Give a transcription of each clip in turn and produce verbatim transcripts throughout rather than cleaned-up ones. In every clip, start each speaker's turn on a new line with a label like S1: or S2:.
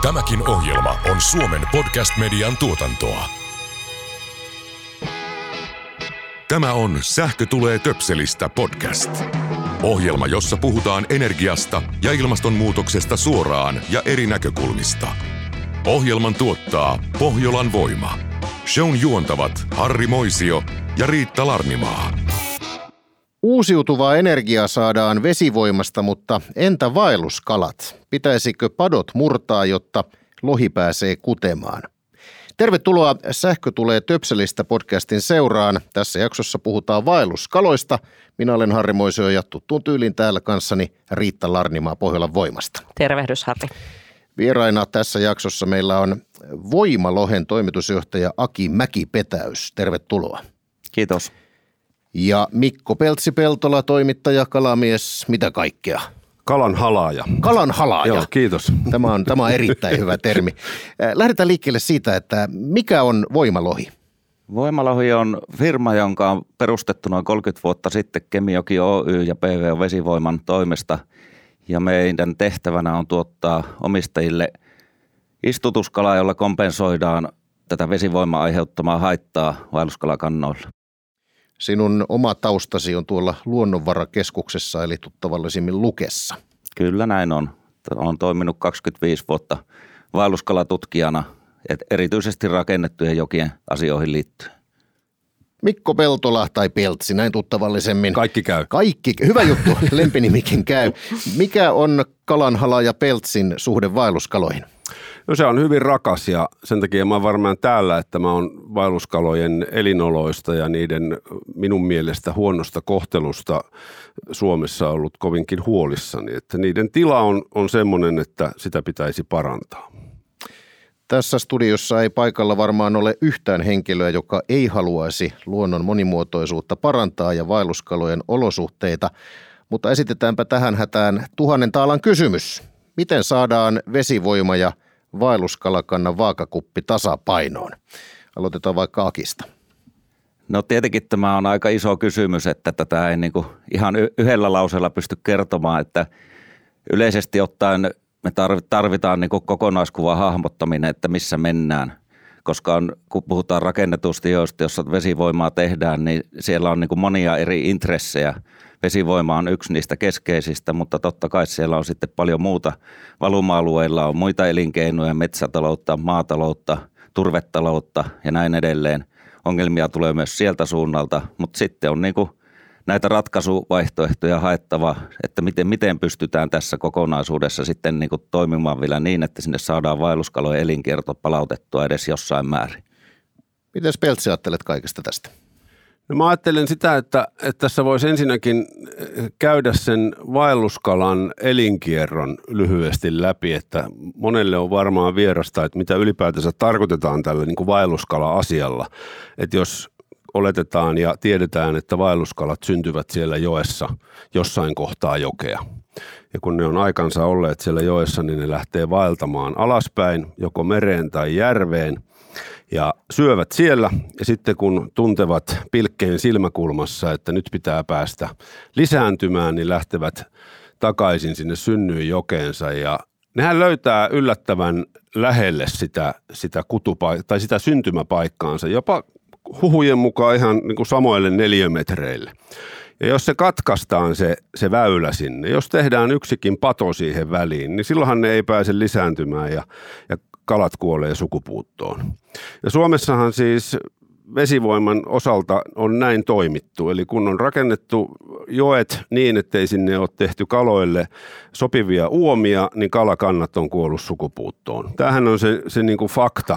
S1: Tämäkin ohjelma on Suomen podcast-median tuotantoa. Tämä on Sähkö tulee töpselistä podcast. Ohjelma, jossa puhutaan energiasta ja ilmastonmuutoksesta suoraan ja eri näkökulmista. Ohjelman tuottaa Pohjolan Voima. Shown juontavat Harri Moisio ja Riitta Larnimaa.
S2: Uusiutuvaa energiaa saadaan vesivoimasta, mutta entä vaelluskalat? Pitäisikö padot murtaa, jotta lohi pääsee kutemaan? Tervetuloa Sähkö tulee töpselistä podcastin seuraan. Tässä jaksossa puhutaan vaelluskaloista. Minä olen Harri Moisio ja tuttuun tyyliin täällä kanssani Riitta Larnimaa Pohjolan Voimasta.
S3: Tervehdys, Harri.
S2: Vieraina tässä jaksossa meillä on Voimalohen toimitusjohtaja Aki Mäki-Petäys. Tervetuloa.
S4: Kiitos.
S2: Ja Mikko Peltsi-Peltola, toimittaja, kalamies, mitä kaikkea?
S5: Kalanhalaaja.
S2: Kalanhalaaja.
S5: Joo, kiitos.
S2: Tämä on, tämä on erittäin hyvä termi. Lähdetään liikkeelle siitä, että mikä on Voimalohi?
S4: Voimalohi on firma, jonka on perustettu noin kolmekymmentä vuotta sitten Kemijoki Oy ja P V O Vesivoiman toimesta. Ja meidän tehtävänä on tuottaa omistajille istutuskalaa, jolla kompensoidaan tätä vesivoimaa aiheuttamaa haittaa vaelluskalakannoilla.
S2: Sinun oma taustasi on tuolla Luonnonvarakeskuksessa, eli tuttavallisimmin Lukessa.
S4: Kyllä näin on. Olen toiminut kaksikymmentäviisi vuotta vaelluskalatutkijana, erityisesti rakennettujen jokien asioihin liittyen.
S2: Mikko Peltola tai Peltsi, näin tuttavallisemmin.
S5: Kaikki käy.
S2: Kaikki, hyvä juttu, lempinimikin käy. Mikä on kalanhalaaja Peltsin suhde vaelluskaloihin?
S5: No se on hyvin rakas ja sen takia mä oon varmaan täällä, että mä oon vaelluskalojen elinoloista ja niiden minun mielestä huonosta kohtelusta Suomessa ollut kovinkin huolissani. Että niiden tila on, on semmoinen, että sitä pitäisi parantaa.
S2: Tässä studiossa ei paikalla varmaan ole yhtään henkilöä, joka ei haluaisi luonnon monimuotoisuutta parantaa ja vaelluskalojen olosuhteita, mutta esitetäänpä tähän hätään tuhannen taalan kysymys. Miten saadaan vesivoima ja vaelluskalakannan vaakakuppi tasapainoon? Aloitetaan vaikka Akista.
S4: No tietenkin tämä on aika iso kysymys, että tätä ei niin kuin ihan yhdellä lauseella pysty kertomaan, että yleisesti ottaen me tarvitaan niin kuin kokonaiskuvan hahmottaminen, että missä mennään, koska on, kun puhutaan rakennetusta joista, jossa vesivoimaa tehdään, niin siellä on niin kuin monia eri intressejä. Vesivoima on yksi niistä keskeisistä, mutta totta kai siellä on sitten paljon muuta. Valuma-alueilla on muita elinkeinoja, metsätaloutta, maataloutta, turvetaloutta ja näin edelleen. Ongelmia tulee myös sieltä suunnalta, mutta sitten on niin kuin näitä ratkaisuvaihtoehtoja haettava, että miten, miten pystytään tässä kokonaisuudessa sitten niin kuin toimimaan vielä niin, että sinne saadaan vaelluskalojen elinkierto palautettua edes jossain määrin.
S2: Miten Peltsi ajattelet kaikesta tästä?
S5: No mä ajattelen sitä, että, että tässä voisi ensinnäkin käydä sen vaelluskalan elinkierron lyhyesti läpi, että monelle on varmaan vierasta, että mitä ylipäätänsä tarkoitetaan tällä niin kuin vaelluskala-asialla. Että jos oletetaan ja tiedetään, että vaelluskalat syntyvät siellä joessa jossain kohtaa jokea. Ja kun ne on aikansa olleet siellä joessa, niin ne lähtee vaeltamaan alaspäin, joko mereen tai järveen. Ja syövät siellä ja sitten kun tuntevat pilkkeen silmäkulmassa, että nyt pitää päästä lisääntymään, niin lähtevät takaisin sinne synnyinjokeensa. Ja nehän löytää yllättävän lähelle sitä, sitä, kutupaik- tai sitä syntymäpaikkaansa, jopa huhujen mukaan ihan niin kuin samoille neliömetreille. Ja jos se katkaistaan se, se väylä sinne, jos tehdään yksikin pato siihen väliin, niin silloinhan ne ei pääse lisääntymään ja, ja kalat kuolee sukupuuttoon. Ja Suomessahan siis vesivoiman osalta on näin toimittu, eli kun on rakennettu joet niin, ettei sinne ole tehty kaloille sopivia uomia, niin kalakannat on kuollut sukupuuttoon. Tämähän on se, se niin kuin fakta,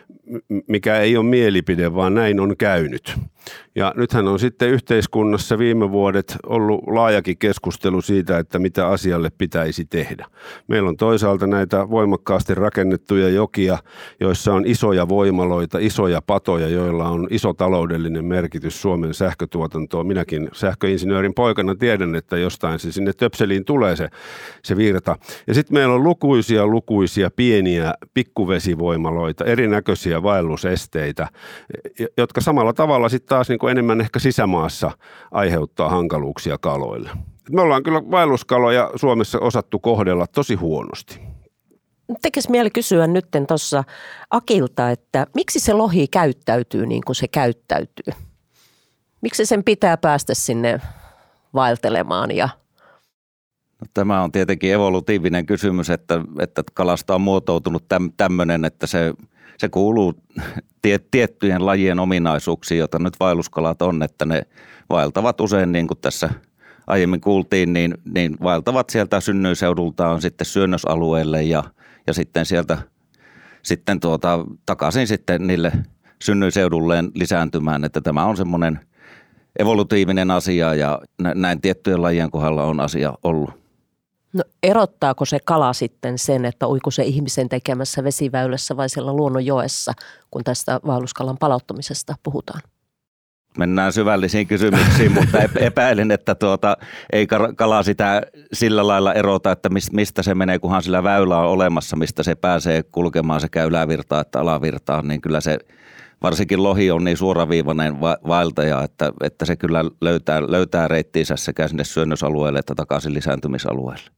S5: mikä ei ole mielipide, vaan näin on käynyt. Ja nythän on sitten yhteiskunnassa viime vuodet ollut laajakin keskustelu siitä, että mitä asialle pitäisi tehdä. Meillä on toisaalta näitä voimakkaasti rakennettuja jokia, joissa on isoja voimaloita, isoja patoja, joilla on iso taloudellinen merkitys Suomen sähkötuotantoon. Minäkin sähköinsinöörin poikana tiedän, että jostain se sinne töpseliin tulee se, se virta. Ja sitten meillä on lukuisia, lukuisia pieniä pikkuvesivoimaloita, erinäköisiä vaellusesteitä, jotka samalla tavalla sitten taas niin kuin enemmän ehkä sisämaassa aiheuttaa hankaluuksia kaloille. Me ollaan kyllä vaelluskaloja Suomessa osattu kohdella tosi huonosti.
S3: Tekes mieli kysyä nyt tuossa Akilta, että miksi se lohi käyttäytyy niin kuin se käyttäytyy? Miksi sen pitää päästä sinne vaeltelemaan? Ja...
S4: No, tämä on tietenkin evolutiivinen kysymys, että, että kalasta on muotoutunut täm, tämmöinen, että se, se kuuluu tie, tiettyjen lajien ominaisuuksiin, joita nyt vaelluskalat on, että ne vaeltavat usein niin kuin tässä aiemmin kuultiin, niin, niin vaeltavat sieltä synnyiseudultaan sitten syönnösalueelle ja, ja sitten sieltä sitten tuota, takaisin sitten niille synnyiseudulleen lisääntymään, että tämä on semmoinen evolutiivinen asia ja näin tiettyjen lajien kohdalla on asia ollut.
S3: No erottaako se kala sitten sen, että uiko se ihmisen tekemässä vesiväylässä vai siellä luonnonjoessa, kun tästä vaelluskalan palauttamisesta puhutaan?
S4: Mennään syvällisiin kysymyksiin, mutta epäilen, että tuota, ei kala sitä sillä lailla erota, että mistä se menee, kunhan sillä väylä on olemassa, mistä se pääsee kulkemaan sekä ylävirtaan että alavirtaan, niin kyllä se varsinkin lohi on niin suoraviivainen vaeltaja, että, että se kyllä löytää, löytää reittiinsä sekä sinne syönnösalueelle että takaisin lisääntymisalueelle.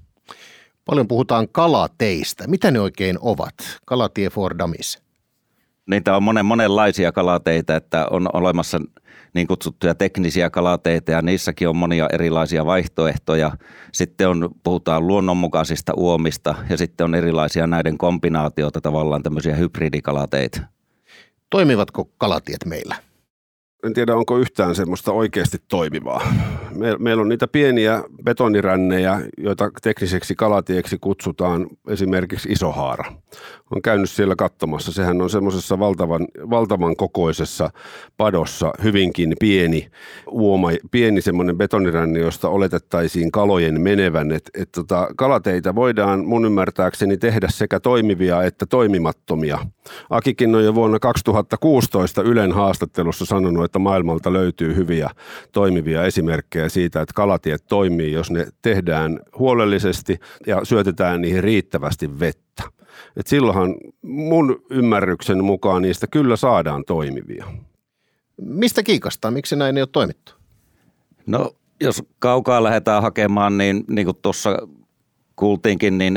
S2: Paljon puhutaan kalateistä. Mitä ne oikein ovat? Kalatie for Dummies.
S4: Niitä on monen, monenlaisia kalateitä, että on olemassa niin kutsuttuja teknisiä kalateitä ja niissäkin on monia erilaisia vaihtoehtoja. Sitten on, puhutaan luonnonmukaisista uomista ja sitten on erilaisia näiden kombinaatioita, tavallaan tämmöisiä hybridikalateita.
S2: Toimivatko kalatiet meillä?
S5: En tiedä, onko yhtään semmoista oikeasti toimivaa. Me, meillä on niitä pieniä betonirännejä, joita tekniseksi kalatieksi kutsutaan esimerkiksi Isohaara. On käynyt siellä katsomassa. Sehän on semmoisessa valtavan, valtavan kokoisessa padossa hyvinkin pieni uoma, pieni semmoinen betoniränni, josta oletettaisiin kalojen menevän. Et, et tota, kalateitä voidaan mun ymmärtääkseni tehdä sekä toimivia että toimimattomia. Akikin on jo vuonna kaksituhattakuusitoista Ylen haastattelussa sanonut, että maailmalta löytyy hyviä toimivia esimerkkejä siitä, että kalatiet toimii, jos ne tehdään huolellisesti ja syötetään niihin riittävästi vettä. Et silloinhan mun ymmärryksen mukaan niistä kyllä saadaan toimivia.
S2: Mistä kiikastaa? Miksi näin ei ole toimittu?
S4: No jos kaukaa lähdetään hakemaan, niin niin kuin tuossa kuultiinkin, niin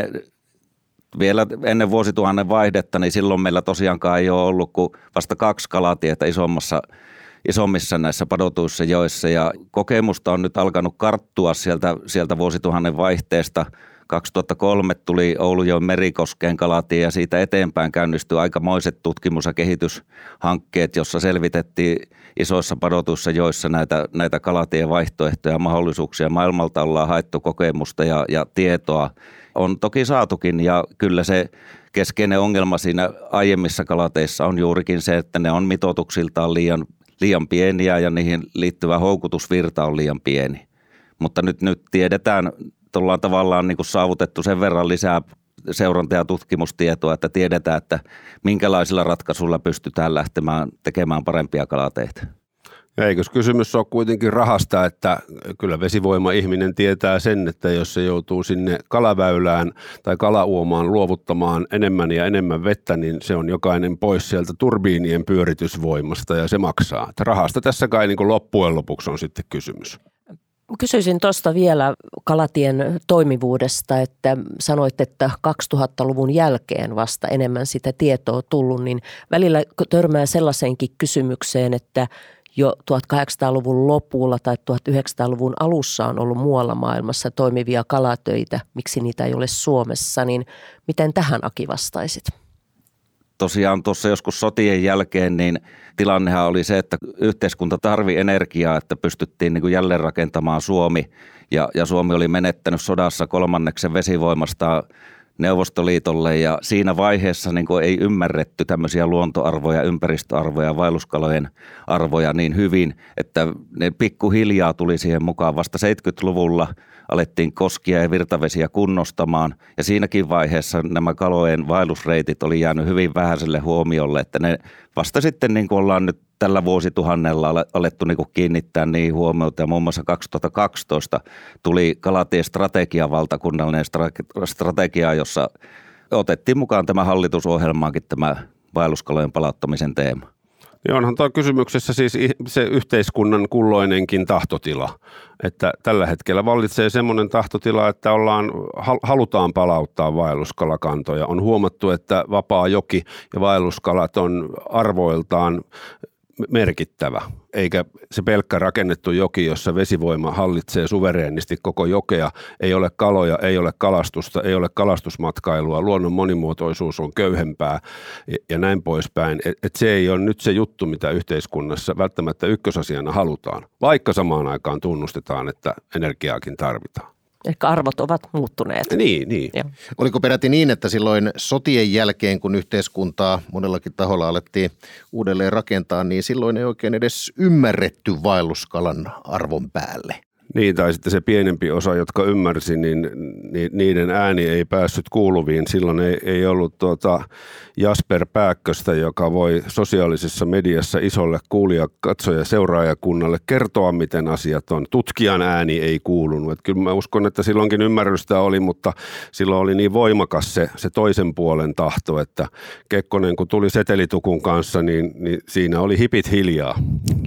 S4: vielä ennen vuosituhannen vaihdetta, niin silloin meillä tosiaankaan ei ole ollut kuin vasta kaksi kalatietä isommassa, isommissa näissä padotuissa joissa. Ja kokemusta on nyt alkanut karttua sieltä, sieltä vuosituhannen vaihteesta. kaksituhattakolme tuli Oulujoen Merikoskeen kalatie ja siitä eteenpäin käynnistyi aikamoiset tutkimus- ja kehityshankkeet, jossa selvitettiin isoissa padotuissa joissa näitä, näitä kalatievaihtoehtoja ja mahdollisuuksia. Maailmalta ollaan haettu kokemusta ja, ja tietoa. On toki saatukin ja kyllä se keskeinen ongelma siinä aiemmissa kalateissa on juurikin se, että ne on mitoituksiltaan liian, liian pieniä ja niihin liittyvä houkutusvirta on liian pieni. Mutta nyt, nyt tiedetään, ollaan tavallaan niin kuin saavutettu sen verran lisää seuranta- ja tutkimustietoa, että tiedetään, että minkälaisilla ratkaisuilla pystytään lähtemään tekemään parempia kalateita.
S5: Ja eikös kysymys ole kuitenkin rahasta, että kyllä vesivoima-ihminen tietää sen, että jos se joutuu sinne kalaväylään tai kalauomaan luovuttamaan enemmän ja enemmän vettä, niin se on jokainen pois sieltä turbiinien pyöritysvoimasta ja se maksaa. Että rahasta tässä kai niin kuin loppujen lopuksi on sitten kysymys.
S3: Kysyisin tuosta vielä kalatien toimivuudesta, että sanoit, että kaksituhattaluvun jälkeen vasta enemmän sitä tietoa tullut, niin välillä törmää sellaisenkin kysymykseen, että jo tuhatkahdeksansataaluvun lopulla tai tuhatyhdeksänsataaluvun alussa on ollut muualla maailmassa toimivia kalatöitä, miksi niitä ei ole Suomessa, niin miten tähän Aki vastaisit?
S4: Tosiaan tuossa joskus sotien jälkeen niin tilannehan oli se, että yhteiskunta tarvitsi energiaa, että pystyttiin niin kuin jälleen rakentamaan Suomi ja, ja Suomi oli menettänyt sodassa kolmanneksen vesivoimasta Neuvostoliitolle ja siinä vaiheessa niin kuin ei ymmärretty tämmöisiä luontoarvoja, ympäristöarvoja, vaelluskalojen arvoja niin hyvin, että ne pikkuhiljaa tuli siihen mukaan. Vasta seitsemänkymmentäluvulla alettiin koskia ja virtavesiä kunnostamaan ja siinäkin vaiheessa nämä kalojen vaellusreitit oli jäänyt hyvin vähäiselle huomiolle, että ne vasta sitten niin kuin ollaan nyt tällä vuosituhannella alettu niin kuin kiinnittää niihin huomiota ja muun muassa kaksituhattakaksitoista tuli kalatiestrategia, valtakunnallinen strategia, jossa otettiin mukaan tämä hallitusohjelmaankin tämä vaelluskalojen palauttamisen teema.
S5: Niin onhan tuo kysymyksessä siis se yhteiskunnan kulloinenkin tahtotila, että tällä hetkellä vallitsee semmoinen tahtotila, että ollaan, halutaan palauttaa vaelluskalakantoja. On huomattu, että vapaa joki ja vaelluskalat on arvoiltaan merkittävä, eikä se pelkkä rakennettu joki, jossa vesivoima hallitsee suvereenisti koko jokea, ei ole kaloja, ei ole kalastusta, ei ole kalastusmatkailua, luonnon monimuotoisuus on köyhempää ja näin poispäin. Et, et se ei ole nyt se juttu, mitä yhteiskunnassa välttämättä ykkösasiana halutaan, vaikka samaan aikaan tunnustetaan, että energiaakin tarvitaan.
S3: Ehkä arvot ovat muuttuneet.
S5: Niin, niin.
S3: Ja.
S2: Oliko peräti niin, että silloin sotien jälkeen, kun yhteiskuntaa monellakin taholla alettiin uudelleen rakentaa, niin silloin ei oikein edes ymmärretty vaelluskalan arvon päälle?
S5: Niin, tai sitten se pienempi osa, jotka ymmärsi, niin, niin niiden ääni ei päässyt kuuluviin. Silloin ei, ei ollut tuota Jasper Pääkköstä, joka voi sosiaalisessa mediassa isolle kuulija, katsoja, seuraajakunnalle kertoa, miten asiat on. Tutkijan ääni ei kuulunut. Että kyllä mä uskon, että silloinkin ymmärrystä oli, mutta silloin oli niin voimakas se, se toisen puolen tahto, että Kekkonen kun tuli setelitukun kanssa, niin, niin siinä oli hipit hiljaa.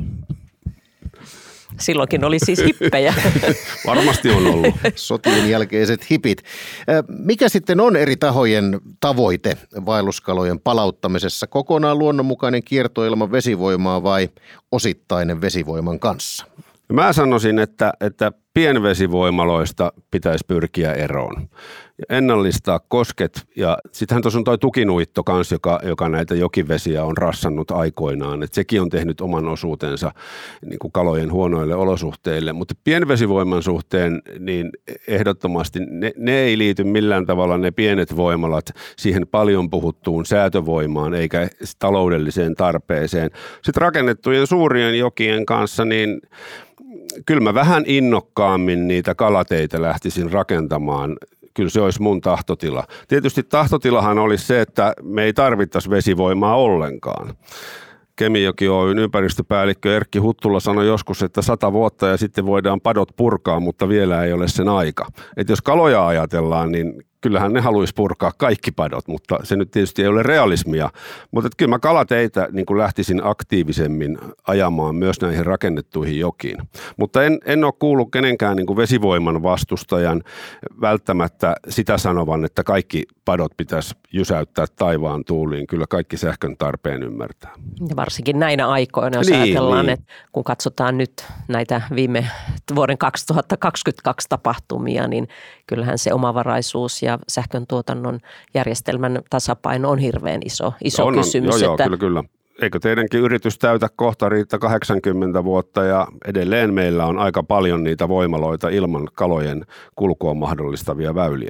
S3: Silloinkin oli siis hippejä.
S5: Varmasti on ollut.
S2: Sotien jälkeiset hipit. Mikä sitten on eri tahojen tavoite vaelluskalojen palauttamisessa? Kokonaan luonnonmukainen kierto ilman vesivoimaa vai osittainen vesivoiman kanssa?
S5: Mä sanoisin, että, että pienvesivoimaloista pitäisi pyrkiä eroon. Ja ennallistaa kosket ja sittenhän tuossa on toi tukinuitto kanssa, joka, joka näitä jokivesiä on rassannut aikoinaan. Et sekin on tehnyt oman osuutensa niin kuin kalojen huonoille olosuhteille, mutta pienvesivoiman suhteen niin ehdottomasti ne, ne ei liity millään tavalla ne pienet voimalat siihen paljon puhuttuun säätövoimaan eikä taloudelliseen tarpeeseen. Sitten rakennettujen suurien jokien kanssa niin kyllä mä vähän innokkaammin niitä kalateitä lähtisin rakentamaan. Kyllä se olisi mun tahtotila. Tietysti tahtotilahan olisi se, että me ei tarvittaisi vesivoimaa ollenkaan. Kemijoki Oyn ympäristöpäällikkö Erkki Huttula sanoi joskus, että sata vuotta ja sitten voidaan padot purkaa, mutta vielä ei ole sen aika. Et jos kaloja ajatellaan, niin kyllähän ne haluaisi purkaa kaikki padot, mutta se nyt tietysti ei ole realismia. Mutta kyllä mä kalateitä niin kuin lähtisin aktiivisemmin ajamaan myös näihin rakennettuihin jokiin. Mutta en, en ole kuullut kenenkään niin kuin vesivoiman vastustajan välttämättä sitä sanovan, että kaikki padot pitäisi jysäyttää taivaan tuuliin. Kyllä kaikki sähkön tarpeen ymmärtää. Ja
S3: varsinkin näinä aikoina, jos niin, ajatellaan, niin. Että kun katsotaan nyt näitä viime vuoden kaksituhattakaksikymmentäkaksi tapahtumia, niin kyllähän se omavaraisuus ja sähkön tuotannon järjestelmän tasapaino on hirveän iso, iso
S5: on,
S3: kysymys.
S5: On, joo,
S3: että...
S5: joo, kyllä, kyllä. Eikö teidänkin yritys täytä kohta riittää kahdeksankymmentä vuotta ja edelleen meillä on aika paljon niitä voimaloita ilman kalojen kulkua mahdollistavia väyliä?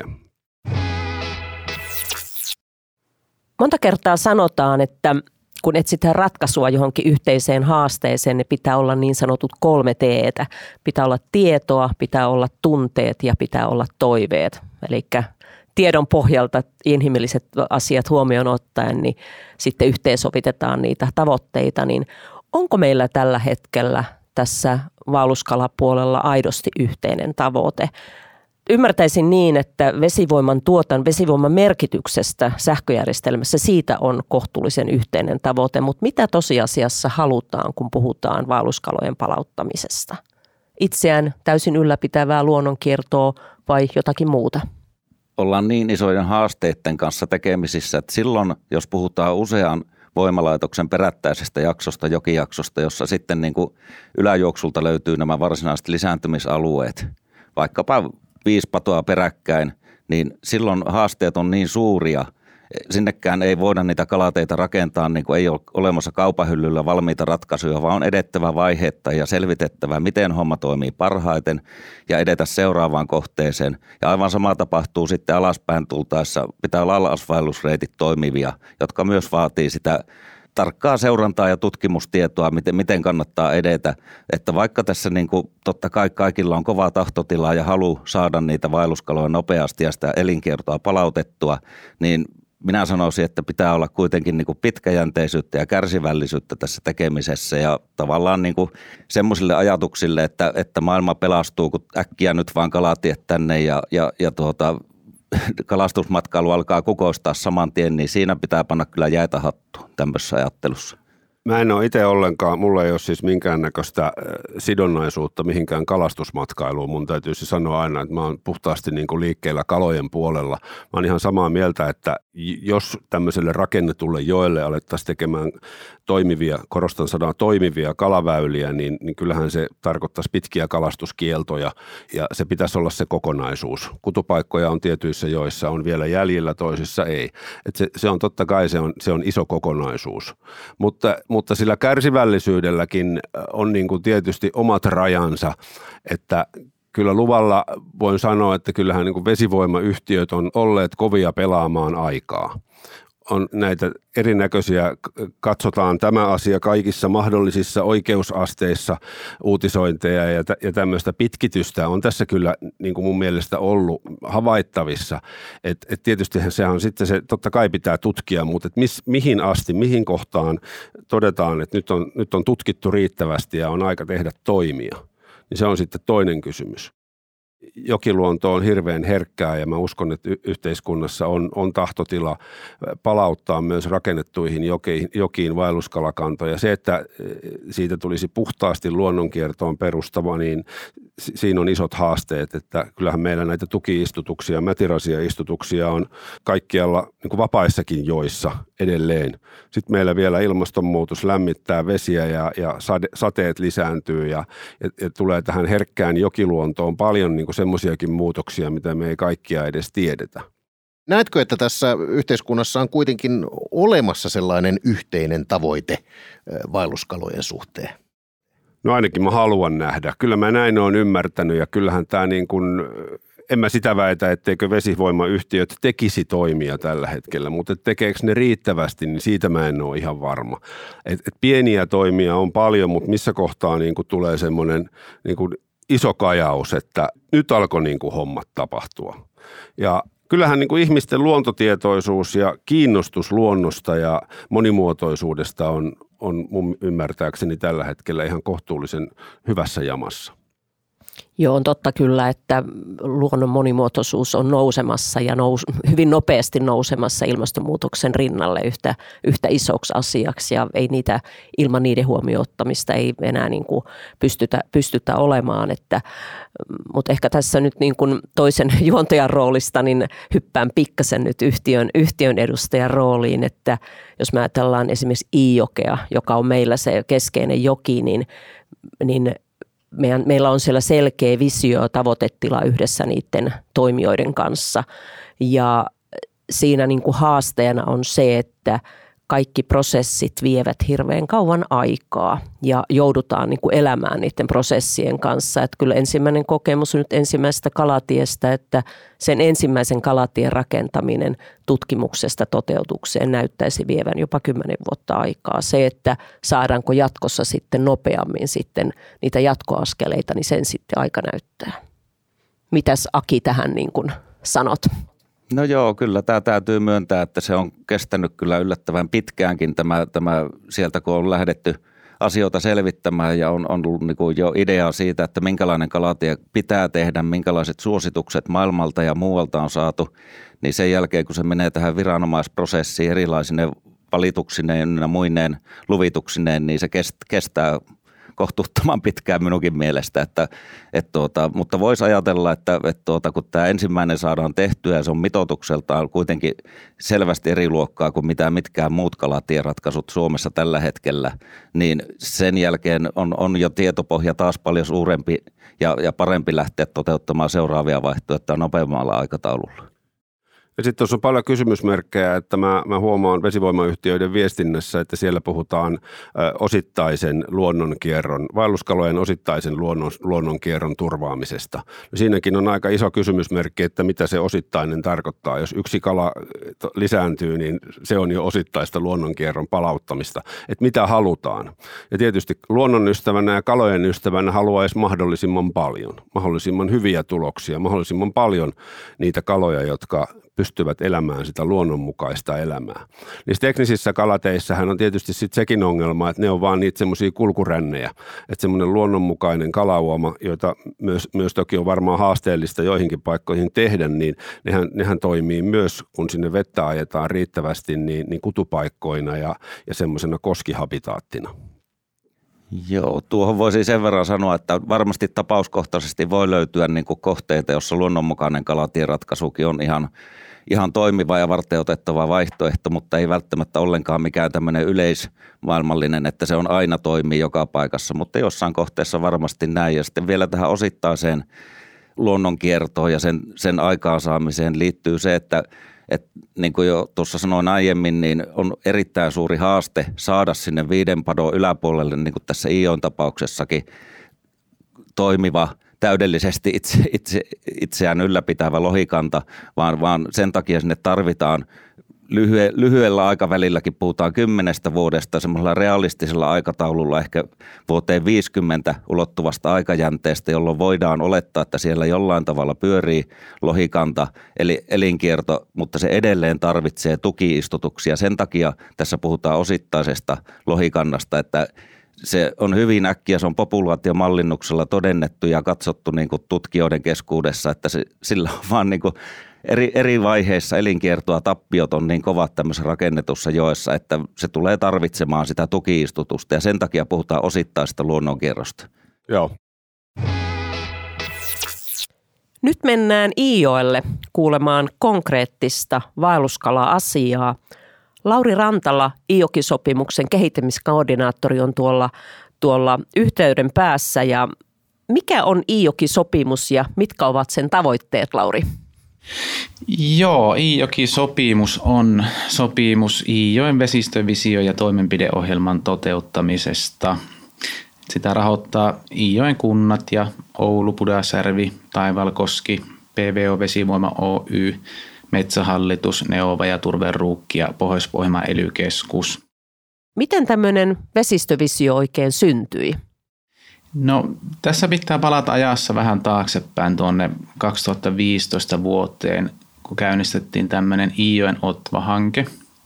S3: Monta kertaa sanotaan, että kun etsitään ratkaisua johonkin yhteiseen haasteeseen, niin pitää olla niin sanotut kolme teetä. Pitää olla tietoa, pitää olla tunteet ja pitää olla toiveet. Eli tiedon pohjalta inhimilliset asiat huomioon ottaen, niin sitten yhteensovitetaan niitä tavoitteita. Niin onko meillä tällä hetkellä tässä vaelluskalapuolella aidosti yhteinen tavoite? Ymmärtäisin niin, että vesivoiman tuotan, vesivoiman merkityksestä sähköjärjestelmässä siitä on kohtuullisen yhteinen tavoite, mutta mitä tosiasiassa halutaan, kun puhutaan vaelluskalojen palauttamisesta? Itseään täysin ylläpitävää luonnonkiertoa vai jotakin muuta?
S4: Ollaan niin isojen haasteiden kanssa tekemisissä, että silloin, jos puhutaan usean voimalaitoksen perättäisestä jaksosta, jokijaksosta, jossa sitten niin kuin yläjuoksulta löytyy nämä varsinaiset lisääntymisalueet, vaikkapa viisi patoa peräkkäin, niin silloin haasteet on niin suuria. Sinnekään ei voida niitä kalateitä rakentaa, niin kuin ei ole olemassa kaupahyllyllä valmiita ratkaisuja, vaan on edettävä vaihetta ja selvitettävä, miten homma toimii parhaiten ja edetä seuraavaan kohteeseen. Ja aivan sama tapahtuu sitten alaspäin tultaessa. Pitää olla alasvaellusreitit toimivia, jotka myös vaatii sitä tarkkaa seurantaa ja tutkimustietoa, miten, miten kannattaa edetä. Että vaikka tässä niin kuin, totta kai kaikilla on kova tahtotila ja halu saada niitä vaelluskaloja nopeasti ja sitä elinkiertoa palautettua, niin minä sanoisin, että pitää olla kuitenkin niin kuin pitkäjänteisyyttä ja kärsivällisyyttä tässä tekemisessä ja tavallaan niin kuin semmoisille ajatuksille, että, että maailma pelastuu, kun äkkiä nyt vaan kalatiet tänne ja, ja, ja tuota, kalastusmatkailu alkaa kukoistaa saman tien, niin siinä pitää panna kyllä jäitä hattuun tämmöisessä ajattelussa.
S5: Mä en ole itse ollenkaan, mulla ei ole siis minkäännäköistä sidonnaisuutta mihinkään kalastusmatkailuun. Mun täytyy siis sanoa aina, että mä oon puhtaasti niin kuin liikkeellä kalojen puolella. Mä oon ihan samaa mieltä, että jos tämmöiselle rakennetulle joelle alettaisiin tekemään toimivia, korostan sanaa toimivia kalaväyliä, niin, niin kyllähän se tarkoittaisi pitkiä kalastuskieltoja ja se pitäisi olla se kokonaisuus. Kutupaikkoja on tietyissä joissa on vielä jäljellä, toisissa ei. Et se, se on totta kai se on, se on iso kokonaisuus, mutta Mutta sillä kärsivällisyydelläkin on niin kuin tietysti omat rajansa, että kyllä luvalla voin sanoa, että kyllähän niin kuin vesivoimayhtiöt on olleet kovia pelaamaan aikaa. On näitä erinäköisiä, katsotaan tämä asia kaikissa mahdollisissa oikeusasteissa, uutisointeja ja, ja tämmöistä pitkitystä on tässä kyllä niin kuin mun mielestä ollut havaittavissa. Et, et tietystihän sehän on sitten se, totta kai pitää tutkia, mutta et mis, mihin asti, mihin kohtaan todetaan, että nyt on, nyt on tutkittu riittävästi ja on aika tehdä toimia, niin se on sitten toinen kysymys. Jokiluonto on hirveän herkkää ja mä uskon, että yhteiskunnassa on, on tahtotila palauttaa myös rakennettuihin jokiin, jokiin vaelluskalakantoja. Se, että siitä tulisi puhtaasti luonnonkiertoon perustava, niin siinä on isot haasteet, että kyllähän meillä näitä tuki-istutuksia, mätirasia-istutuksia on kaikkialla niin kuin vapaissakin joissa edelleen. Sitten meillä vielä ilmastonmuutos lämmittää vesiä ja, ja sade, sateet lisääntyy ja, ja, ja tulee tähän herkkään jokiluontoon paljon niin kuin semmoisiakin muutoksia, mitä me ei kaikkia edes tiedetä.
S2: Näetkö, että tässä yhteiskunnassa on kuitenkin olemassa sellainen yhteinen tavoite vaelluskalojen suhteen?
S5: No ainakin mä haluan nähdä. Kyllä mä näin olen ymmärtänyt ja kyllähän tämä niin kuin, en mä sitä väitä, etteikö vesivoimayhtiöt tekisi toimia tällä hetkellä, mutta tekeekö ne riittävästi, niin siitä mä en ole ihan varma. Et, et pieniä toimia on paljon, mutta missä kohtaa niin kuin tulee semmoinen niin kuin iso kajaus, että nyt alkoi niin kuin hommat tapahtua. Ja kyllähän niin kuin ihmisten luontotietoisuus ja kiinnostus luonnosta ja monimuotoisuudesta on, on mun ymmärtääkseni tällä hetkellä ihan kohtuullisen hyvässä jamassa.
S3: Joo, on totta kyllä, että luonnon monimuotoisuus on nousemassa ja nous, hyvin nopeasti nousemassa ilmastonmuutoksen rinnalle yhtä, yhtä isoksi asiaksi ja ei niitä, ilman niiden huomioon ottamista ei enää niin kuin pystytä, pystytä olemaan. Että, mutta ehkä tässä nyt niin kuin toisen juontajan roolista niin hyppään pikkasen nyt yhtiön, yhtiön edustajan rooliin, että jos me ajatellaan esimerkiksi Iijokea, joka on meillä se keskeinen joki, niin, niin Meidän, meillä on siellä selkeä visio ja tavoitetila yhdessä niiden toimijoiden kanssa ja siinä niin kuin haasteena on se, että kaikki prosessit vievät hirveän kauan aikaa ja joudutaan niin kuin elämään niiden prosessien kanssa. Että kyllä ensimmäinen kokemus nyt ensimmäisestä kalatiestä, että sen ensimmäisen kalatien rakentaminen tutkimuksesta toteutukseen näyttäisi vievän jopa kymmenen vuotta aikaa. Se, että saadaanko jatkossa sitten nopeammin sitten niitä jatkoaskeleita, niin sen sitten aika näyttää. Mitäs Aki tähän niin kuin sanot?
S4: No joo, kyllä tämä täytyy myöntää, että se on kestänyt kyllä yllättävän pitkäänkin tämä, tämä sieltä kun on lähdetty asioita selvittämään ja on, on ollut niin kuin jo idea siitä, että minkälainen kalatie pitää tehdä, minkälaiset suositukset maailmalta ja muualta on saatu, niin sen jälkeen kun se menee tähän viranomaisprosessiin erilaisine valituksineen ja muineen luvituksineen, niin se kestää kohtuuttoman pitkään minunkin mielestä, että, et tuota, mutta voisi ajatella, että et tuota, kun tämä ensimmäinen saadaan tehtyä ja se on mitoitukseltaan kuitenkin selvästi eri luokkaa kuin mitä mitkään muut kalatieratkaisut Suomessa tällä hetkellä, niin sen jälkeen on, on jo tietopohja taas paljon suurempi ja, ja parempi lähteä toteuttamaan seuraavia vaihtoehtoja nopeammalla aikataululla.
S5: Ja sitten tuossa on paljon kysymysmerkkejä, että mä, mä huomaan vesivoimayhtiöiden viestinnässä, että siellä puhutaan ö, osittaisen luonnonkierron, vaelluskalojen osittaisen luonnon, luonnonkierron turvaamisesta. No siinäkin on aika iso kysymysmerkki, että mitä se osittainen tarkoittaa. Jos yksi kala lisääntyy, niin se on jo osittaista luonnonkierron palauttamista. Että mitä halutaan. Ja tietysti luonnonystävänä ja kalojen ystävänä haluaisi mahdollisimman paljon, mahdollisimman hyviä tuloksia, mahdollisimman paljon niitä kaloja, jotka pystyvät elämään sitä luonnonmukaista elämää. Niissä teknisissä kalateissähän on tietysti sit sekin ongelma, että ne on vaan niitä semmoisia kulkurännejä, että semmoinen luonnonmukainen kalauoma, joita myös, myös toki on varmaan haasteellista joihinkin paikkoihin tehdä, niin nehän, nehän toimii myös, kun sinne vettä ajetaan riittävästi, niin, niin kutupaikkoina ja, ja semmoisena koskihabitaattina.
S4: Joo, tuohon voisi sen verran sanoa, että varmasti tapauskohtaisesti voi löytyä niin kuin kohteita, jossa luonnonmukainen kalatieratkaisukin on ihan, ihan toimiva ja varteenotettava vaihtoehto, mutta ei välttämättä ollenkaan mikään tämmöinen yleismaailmallinen, että se on aina toimii joka paikassa, mutta jossain kohteessa varmasti näin. Ja sitten vielä tähän osittaiseen luonnonkiertoon ja sen, sen aikaansaamiseen liittyy se, että että niin kuin jo tuossa sanoin aiemmin, niin on erittäin suuri haaste saada sinne viiden padon yläpuolelle, niin kuin tässä Iijoen tapauksessakin, toimiva, täydellisesti itse, itse, itseään ylläpitävä lohikanta, vaan, vaan sen takia sinne tarvitaan lyhye, lyhyellä aikavälilläkin, puhutaan kymmenestä vuodesta, semmoisella realistisella aikataululla ehkä vuoteen viisikymmentä ulottuvasta aikajänteestä, jolloin voidaan olettaa, että siellä jollain tavalla pyörii lohikanta, eli elinkierto, mutta se edelleen tarvitsee tuki-istutuksia. Sen takia tässä puhutaan osittaisesta lohikannasta, että se on hyvin äkkiä, se on populaatiomallinnuksella todennettu ja katsottu niin kuin tutkijoiden keskuudessa, että se, sillä on vaan niin kuin eri, eri vaiheissa elinkiertoa tappiot on niin kovat tämmöisessä rakennetussa joessa, että se tulee tarvitsemaan sitä tuki-istutusta ja sen takia puhutaan osittaisesta luonnonkierrosta.
S5: Joo.
S3: Nyt mennään Iijoelle kuulemaan konkreettista vaelluskala-asiaa. Lauri Rantala, Iijoki-sopimuksen kehittämiskoordinaattori, on tuolla, tuolla yhteyden päässä. Ja mikä on Iijoki-sopimus ja mitkä ovat sen tavoitteet, Lauri?
S6: Joo, Iijoki-sopimus on sopimus Iijoen vesistövisio- ja toimenpideohjelman toteuttamisesta. Sitä rahoittaa Iijoen kunnat ja Oulu, Pudasjärvi, Taivalkoski, P V O-vesivoima Oy, Metsähallitus, Neova ja Turveruukki ja Pohjois-Pohjanmaan ely keskus.
S3: Miten tämmöinen vesistövisio oikein syntyi?
S6: No tässä pitää palata ajassa vähän taaksepäin tuonne kaksituhattaviisitoista vuoteen, kun käynnistettiin tämmöinen Iijoen Otva-hanke.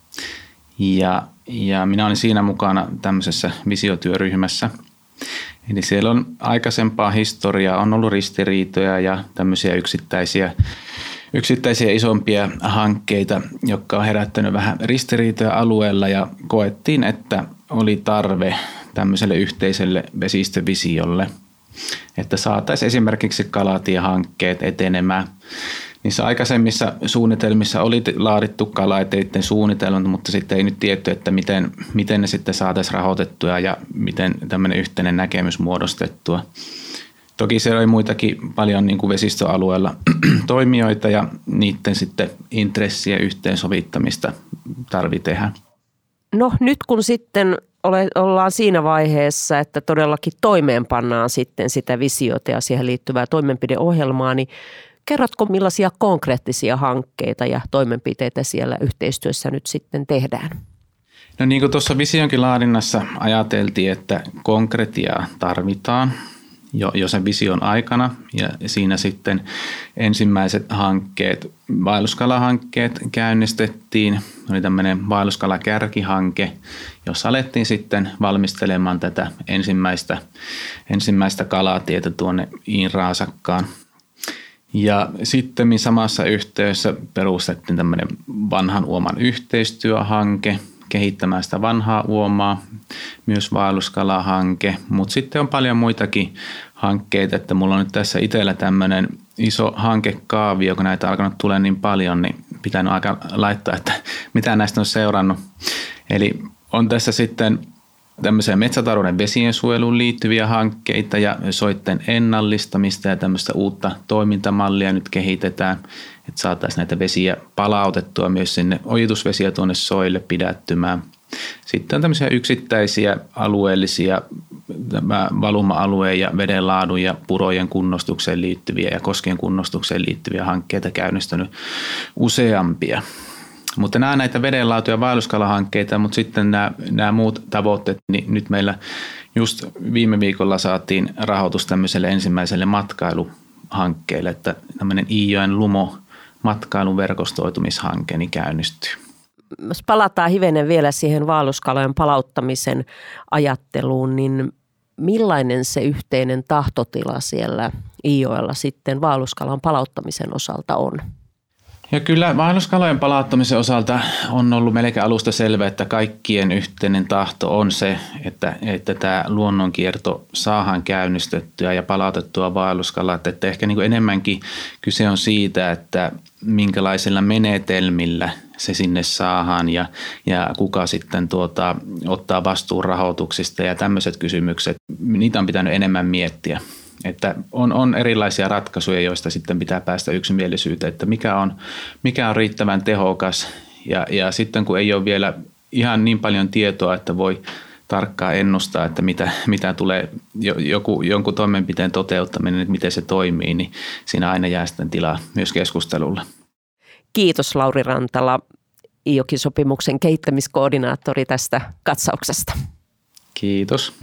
S6: Ja, ja minä olin siinä mukana tämmöisessä visiotyöryhmässä. Eli siellä on aikaisempaa historiaa, on ollut ristiriitoja ja tämmöisiä yksittäisiä Yksittäisiä isompia hankkeita, jotka on herättänyt vähän ristiriitoja alueella ja koettiin, että oli tarve tämmöiselle yhteiselle vesistövisiolle, että saataisiin esimerkiksi kalatiehankkeet etenemään. Niissä aikaisemmissa suunnitelmissa oli laadittu kalateiden suunnitelmat, mutta sitten ei nyt tiedetty, että miten, miten ne sitten saataisiin rahoitettua ja miten tämmöinen yhteinen näkemys muodostettua. Toki siellä oli muitakin paljon niin kuin vesistöalueella toimijoita ja niiden sitten intressiä yhteensovittamista tarvitsee tehdä.
S3: No nyt kun sitten ole, ollaan siinä vaiheessa, että todellakin toimeenpannaan sitten sitä visiota ja siihen liittyvää toimenpideohjelmaa, niin kerrotko millaisia konkreettisia hankkeita ja toimenpiteitä siellä yhteistyössä nyt sitten tehdään?
S6: No niin kuin tuossa visionkin laadinnassa ajateltiin, että konkretiaa tarvitaan jo, jo sen vision aikana ja siinä sitten ensimmäiset hankkeet, vaelluskalahankkeet käynnistettiin. Oli tämmöinen vaelluskalakärkihanke, jossa alettiin sitten valmistelemaan tätä ensimmäistä, ensimmäistä kalatietä tuonne Iin-Raasakkaan. Ja sitten samassa yhteydessä perustettiin tämmöinen vanhan uoman yhteistyöhanke, kehittämään sitä vanhaa uomaa, myös vaelluskalahanke, mutta sitten on paljon muitakin hankkeita, että mulla on nyt tässä itsellä tämmöinen iso hankekaavio, kun näitä on alkanut tulla niin paljon, niin pitää nyt aika laittaa, että mitä näistä on seurannut. Eli on tässä sitten tämmöiseen metsätalouden vesien suojeluun liittyviä hankkeita ja soitten ennallistamista ja tämmöistä uutta toimintamallia nyt kehitetään, että saataisiin näitä vesiä palautettua myös sinne ojitusvesiä tuonne soille pidättymään. Sitten on tämmöisiä yksittäisiä alueellisia valuma-alueen ja vedenlaadun ja purojen kunnostukseen liittyviä ja koskien kunnostukseen liittyviä hankkeita käynnistynyt useampia. Mutta nämä näitä vedenlaatu- ja vaelluskalahankkeita, mutta sitten nämä, nämä muut tavoitteet, niin nyt meillä just viime viikolla saatiin rahoitus tämmöiselle ensimmäiselle matkailuhankkeelle, että tämmöinen Iijoen Lumo matkailun verkostoitumishanke niin käynnistyy.
S3: Jos palataan hivenen vielä siihen vaelluskalojen palauttamisen ajatteluun, niin millainen se yhteinen tahtotila siellä Iijoella sitten vaelluskalan palauttamisen osalta on?
S6: Ja kyllä vaelluskalojen palauttamisen osalta on ollut melkein alusta selvä, että kaikkien yhteinen tahto on se, että, että tämä luonnonkierto saadaan käynnistettyä ja palautettua vaelluskalat. Että ehkä niin kuin enemmänkin kyse on siitä, että minkälaisilla menetelmillä se sinne saadaan ja, ja kuka sitten tuota, ottaa vastuun rahoituksista ja tämmöiset kysymykset. Niitä on pitänyt enemmän miettiä. Että on, on erilaisia ratkaisuja, joista sitten pitää päästä yksimielisyyteen, että mikä on, mikä on riittävän tehokas ja, ja sitten kun ei ole vielä ihan niin paljon tietoa, että voi tarkkaan ennustaa, että mitä, mitä tulee joku, jonkun toimenpiteen toteuttaminen, että miten se toimii, niin siinä aina jää sitten tilaa myös keskustelulle.
S3: Kiitos Lauri Rantala, Iijoki-sopimuksen kehittämiskoordinaattori tästä katsauksesta.
S6: Kiitos.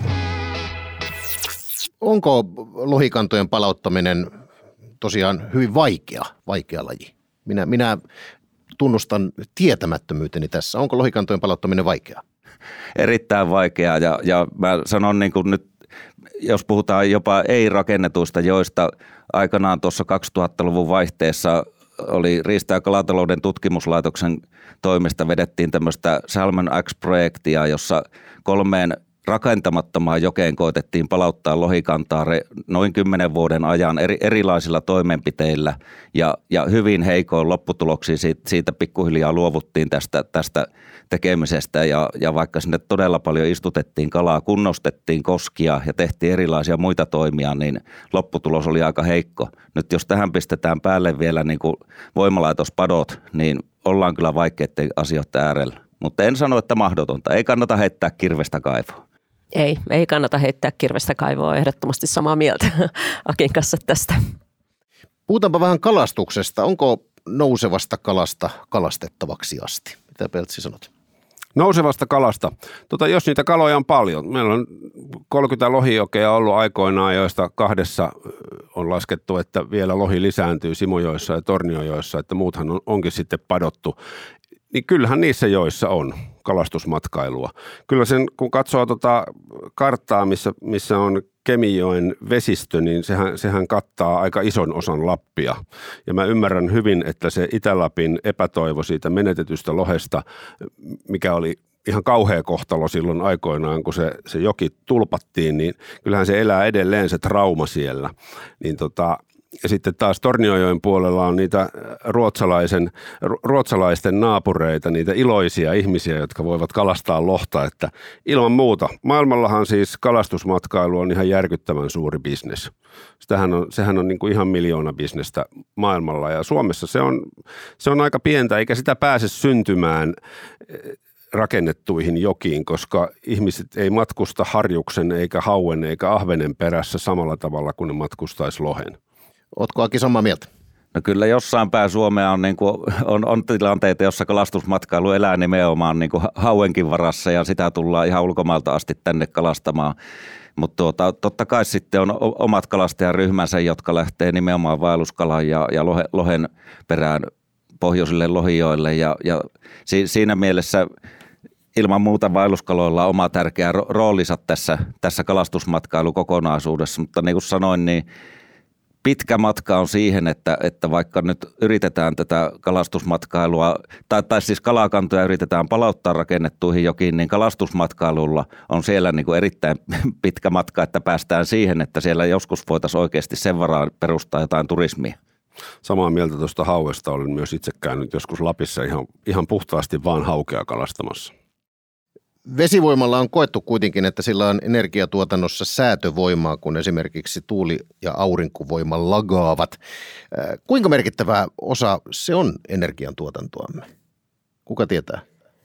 S2: Onko lohikantojen palauttaminen tosiaan hyvin vaikea, vaikea laji? Minä, minä tunnustan tietämättömyyteni tässä. Onko lohikantojen palauttaminen vaikeaa?
S4: Erittäin vaikeaa ja, ja mä sanon niin kuin nyt, jos puhutaan jopa ei-rakennetuista joista, aikanaan tuossa kaksituhattaluvun vaihteessa oli Riista- ja kalatalouden tutkimuslaitoksen toimesta vedettiin tämmöistä Salmon X-projektia, jossa kolmeen rakentamattomaan jokeen koetettiin palauttaa lohikantaa noin kymmenen vuoden ajan eri, erilaisilla toimenpiteillä ja, ja hyvin heikoin lopputuloksiin siitä, siitä pikkuhiljaa luovuttiin tästä, tästä tekemisestä ja, ja vaikka sinne todella paljon istutettiin kalaa, kunnostettiin koskia ja tehtiin erilaisia muita toimia, niin lopputulos oli aika heikko. Nyt jos tähän pistetään päälle vielä niin kuin voimalaitospadot, niin ollaan kyllä vaikeiden asioiden äärellä. Mutta en sano, että mahdotonta. Ei kannata heittää kirvestä kaivoon.
S3: Ei, ei kannata heittää kirvestä kaivoa. Ehdottomasti samaa mieltä Akin kanssa tästä.
S2: Puhutaanpa vähän kalastuksesta. Onko nousevasta kalasta kalastettavaksi asti? Mitä Peltsi sanot?
S5: Nousevasta kalasta. Tota, jos niitä kaloja on paljon. Meillä on kolmekymmentä lohijokea ollut aikoinaan, joista kahdessa on laskettu, että vielä lohi lisääntyy Simojoissa ja Torniojoissa, että muuthan on, onkin sitten padottu. Niin kyllähän niissä joissa on kalastusmatkailua. Kyllä sen, kun katsoo tota karttaa, missä, missä on Kemijoen vesistö, niin sehän, sehän kattaa aika ison osan Lappia. Ja mä ymmärrän hyvin, että se Itä-Lapin epätoivo siitä menetetystä lohesta, mikä oli ihan kauhea kohtalo silloin aikoinaan, kun se, se joki tulpattiin, niin kyllähän se elää edelleen se trauma siellä. Niin tota... Ja sitten taas Torniojoen puolella on niitä ruotsalaisen, ruotsalaisten naapureita, niitä iloisia ihmisiä, jotka voivat kalastaa lohta. Että ilman muuta. Maailmallahan siis kalastusmatkailu on ihan järkyttävän suuri bisnes. Sitähän on, sehän on niin kuin ihan miljoona bisnestä maailmalla ja Suomessa se on, se on aika pientä, eikä sitä pääse syntymään rakennettuihin jokiin, koska ihmiset ei matkusta harjuksen eikä hauen eikä ahvenen perässä samalla tavalla kuin ne matkustaisi lohen.
S2: Ootko Aki samaa mieltä?
S4: No kyllä jossain päin Suomea on, niin kuin, on, on tilanteita, jossa kalastusmatkailu elää nimenomaan niin kuin hauenkin varassa ja sitä tullaan ihan ulkomailta asti tänne kalastamaan. Mutta tuota, totta kai sitten on omat kalastajaryhmänsä, jotka lähtee nimenomaan vaelluskalan ja, ja lohen, lohen perään pohjoisille lohijoille ja, ja si, siinä mielessä ilman muuta vaelluskaloilla on oma tärkeä roolinsa tässä, tässä kalastusmatkailukokonaisuudessa, mutta niin kuin sanoin, niin pitkä matka on siihen, että, että vaikka nyt yritetään tätä kalastusmatkailua, tai, tai siis kalakantoja yritetään palauttaa rakennettuihin jokiin, niin kalastusmatkailulla on siellä niin kuin erittäin pitkä matka, että päästään siihen, että siellä joskus voitaisiin oikeasti sen varaan perustaa jotain turismia.
S5: Samaa mieltä tuosta hauesta olen myös itse käynyt joskus Lapissa ihan, ihan puhtaasti vaan haukea kalastamassa.
S2: Vesivoimalla on koettu kuitenkin, että sillä on energiatuotannossa säätövoimaa, kun esimerkiksi tuuli- ja aurinkovoima lagaavat. Kuinka merkittävä osa se on energiantuotantoamme? Kuka tietää?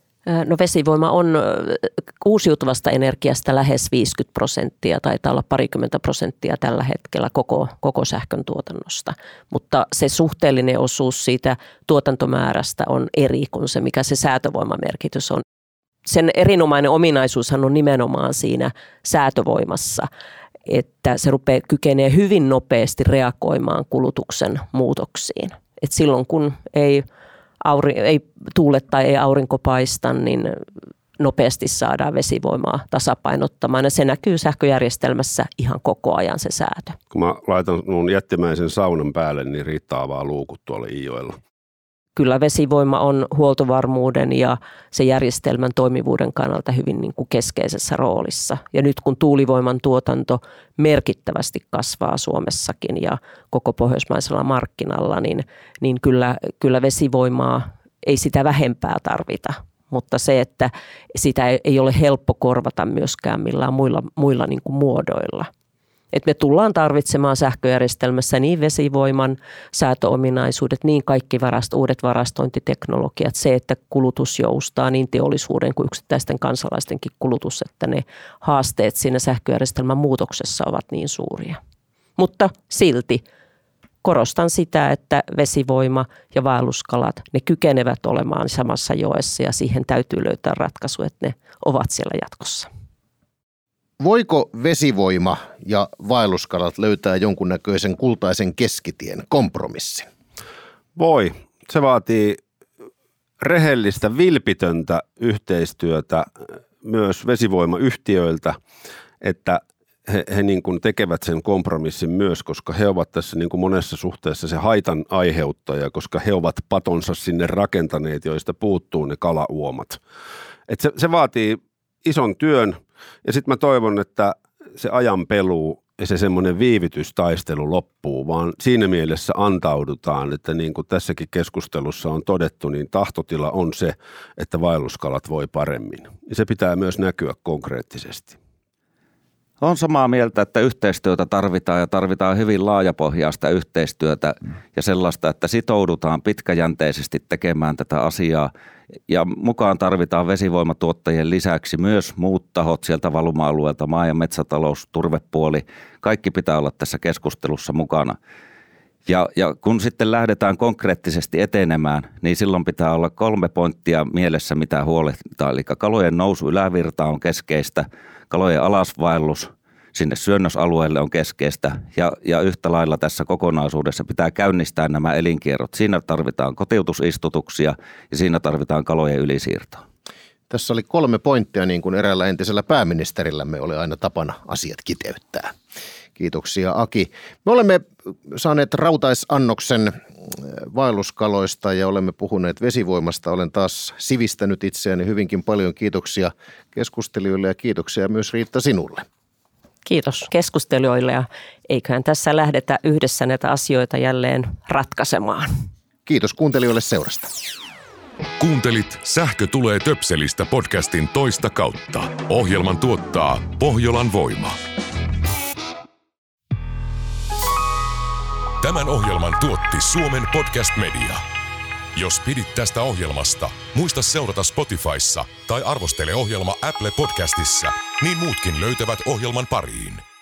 S3: No vesivoima on uusiutuvasta energiasta lähes viisikymmentä prosenttia, taitaa olla parikymmentä prosenttia tällä hetkellä koko, koko sähkön tuotannosta, mutta se suhteellinen osuus siitä tuotantomäärästä on eri kuin se, mikä se säätövoimamerkitys on. Sen erinomainen ominaisuushan on nimenomaan siinä säätövoimassa, että se rupeaa kykenee hyvin nopeasti reagoimaan kulutuksen muutoksiin. Et silloin kun ei, auri, ei tuule tai ei aurinko paista, niin nopeasti saadaan vesivoimaa tasapainottamaan ja se näkyy sähköjärjestelmässä ihan koko ajan se säätö.
S5: Kun mä laitan mun jättimäisen saunan päälle, niin riittää avaa luukut tuolla Iijoella.
S3: Kyllä vesivoima on huoltovarmuuden ja se järjestelmän toimivuuden kannalta hyvin niin kuin keskeisessä roolissa. Ja nyt kun tuulivoiman tuotanto merkittävästi kasvaa Suomessakin ja koko pohjoismaisella markkinalla, niin, niin kyllä, kyllä vesivoimaa ei sitä vähempää tarvita. Mutta se, että sitä ei ole helppo korvata myöskään millään muilla, muilla niin kuin muodoilla. Et me tullaan tarvitsemaan sähköjärjestelmässä niin vesivoiman säätöominaisuudet, niin kaikki varast, uudet varastointiteknologiat, se, että kulutus joustaa niin teollisuuden kuin yksittäisten kansalaistenkin kulutus, että ne haasteet siinä sähköjärjestelmän muutoksessa ovat niin suuria. Mutta silti korostan sitä, että vesivoima ja vaelluskalat, ne kykenevät olemaan samassa joessa ja siihen täytyy löytää ratkaisu, että ne ovat siellä jatkossa.
S2: Voiko vesivoima ja vaelluskalat löytää jonkunnäköisen kultaisen keskitien, kompromissin?
S5: Voi. Se vaatii rehellistä, vilpitöntä yhteistyötä myös vesivoimayhtiöiltä, että he, he niin kuin tekevät sen kompromissin myös, koska he ovat tässä niin kuin monessa suhteessa se haitan aiheuttaja, koska he ovat patonsa sinne rakentaneet, joista puuttuu ne kalauomat. Et se, se vaatii ison työn. Ja sitten mä toivon, että se ajan peluu ja se semmoinen viivytystaistelu loppuu, vaan siinä mielessä antaudutaan, että niin kuin tässäkin keskustelussa on todettu, niin tahtotila on se, että vaelluskalat voi paremmin. Ja se pitää myös näkyä konkreettisesti.
S4: Olen samaa mieltä, että yhteistyötä tarvitaan ja tarvitaan hyvin laajapohjaista yhteistyötä ja sellaista, että sitoudutaan pitkäjänteisesti tekemään tätä asiaa. Ja mukaan tarvitaan vesivoimatuottajien lisäksi myös muut tahot sieltä valuma-alueelta, maa- ja metsätalous, turvepuoli. Kaikki pitää olla tässä keskustelussa mukana. Ja, ja kun sitten lähdetään konkreettisesti etenemään, niin silloin pitää olla kolme pointtia mielessä, mitä huolehditaan. Eli kalojen nousu ylävirtaan on keskeistä, kalojen alasvaellus sinne syönnösalueelle on keskeistä ja, ja yhtä lailla tässä kokonaisuudessa pitää käynnistää nämä elinkierrot. Siinä tarvitaan kotiutusistutuksia ja siinä tarvitaan kalojen ylisiirtoa.
S2: Tässä oli kolme pointtia, niin kuin eräällä entisellä pääministerillämme oli aina tapana asiat kiteyttää. Kiitoksia Aki. Me olemme saaneet rautaisannoksen vaelluskaloista ja olemme puhuneet vesivoimasta. Olen taas sivistänyt itseäni hyvinkin paljon. Kiitoksia keskustelijoille ja kiitoksia myös Riitta sinulle.
S3: Kiitos keskustelijoille ja eiköhän tässä lähdetä yhdessä näitä asioita jälleen ratkaisemaan.
S2: Kiitos kuuntelijoille seurasta.
S1: Kuuntelit Sähkö tulee töpselistä podcastin toista kautta. Ohjelman tuottaa Pohjolan Voima. Tämän ohjelman tuotti Suomen Podcast Media. Jos pidit tästä ohjelmasta, muista seurata Spotifyssa tai arvostele ohjelma Apple Podcastissa, niin muutkin löytävät ohjelman pariin.